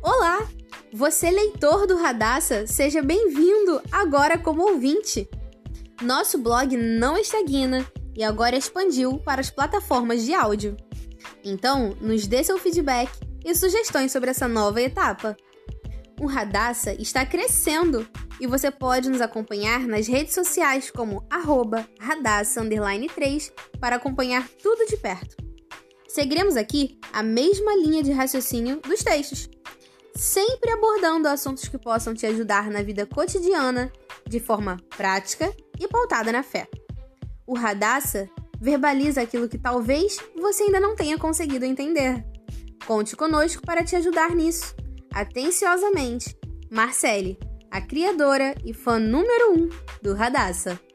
Olá! Você, leitor do Radassa, seja bem-vindo agora como ouvinte. Nosso blog não estagna e agora expandiu para as plataformas de áudio. Então, nos dê seu feedback e sugestões sobre essa nova etapa. O Radassa está crescendo e você pode nos acompanhar nas redes sociais como @radassa_3 para acompanhar tudo de perto. Seguiremos aqui a mesma linha de raciocínio dos textos, sempre abordando assuntos que possam te ajudar na vida cotidiana de forma prática e pautada na fé. O Radassa verbaliza aquilo que talvez você ainda não tenha conseguido entender. Conte conosco para te ajudar nisso. Atenciosamente, Marcele, a criadora e fã número 1 do Radassa.